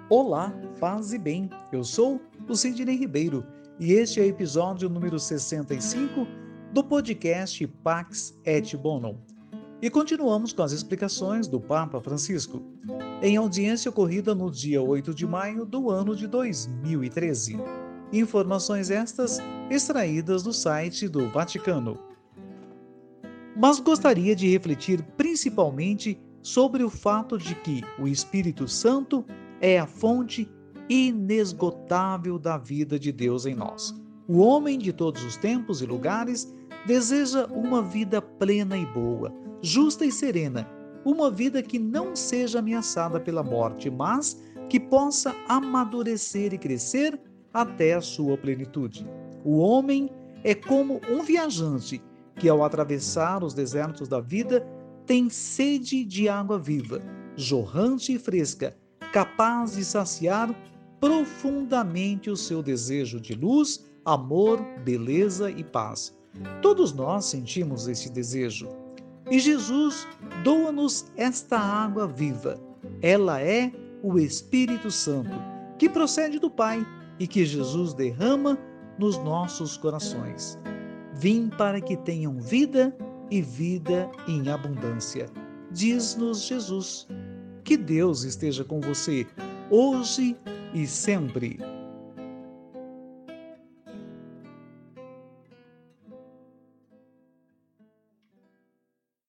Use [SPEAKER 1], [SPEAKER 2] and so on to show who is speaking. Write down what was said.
[SPEAKER 1] Olá, paz e bem. Eu sou o Sidney Ribeiro e este é o episódio número 65 do podcast Pax et Bonum. E continuamos com as explicações do Papa Francisco, em audiência ocorrida no dia 8 de maio do ano de 2013. Informações estas extraídas do site do Vaticano. Mas gostaria de refletir principalmente sobre o fato de que o Espírito Santo é a fonte inesgotável da vida de Deus em nós. O homem de todos os tempos e lugares deseja uma vida plena e boa, justa e serena, uma vida que não seja ameaçada pela morte, mas que possa amadurecer e crescer até a sua plenitude. O homem é como um viajante que, ao atravessar os desertos da vida, tem sede de água viva, jorrante e fresca, capaz de saciar profundamente o seu desejo de luz, amor, beleza e paz. Todos nós sentimos esse desejo. E Jesus doa-nos esta água viva. Ela é o Espírito Santo, que procede do Pai e que Jesus derrama nos nossos corações. Vim para que tenham vida e vida em abundância, diz-nos Jesus. Que Deus esteja com você, hoje e sempre.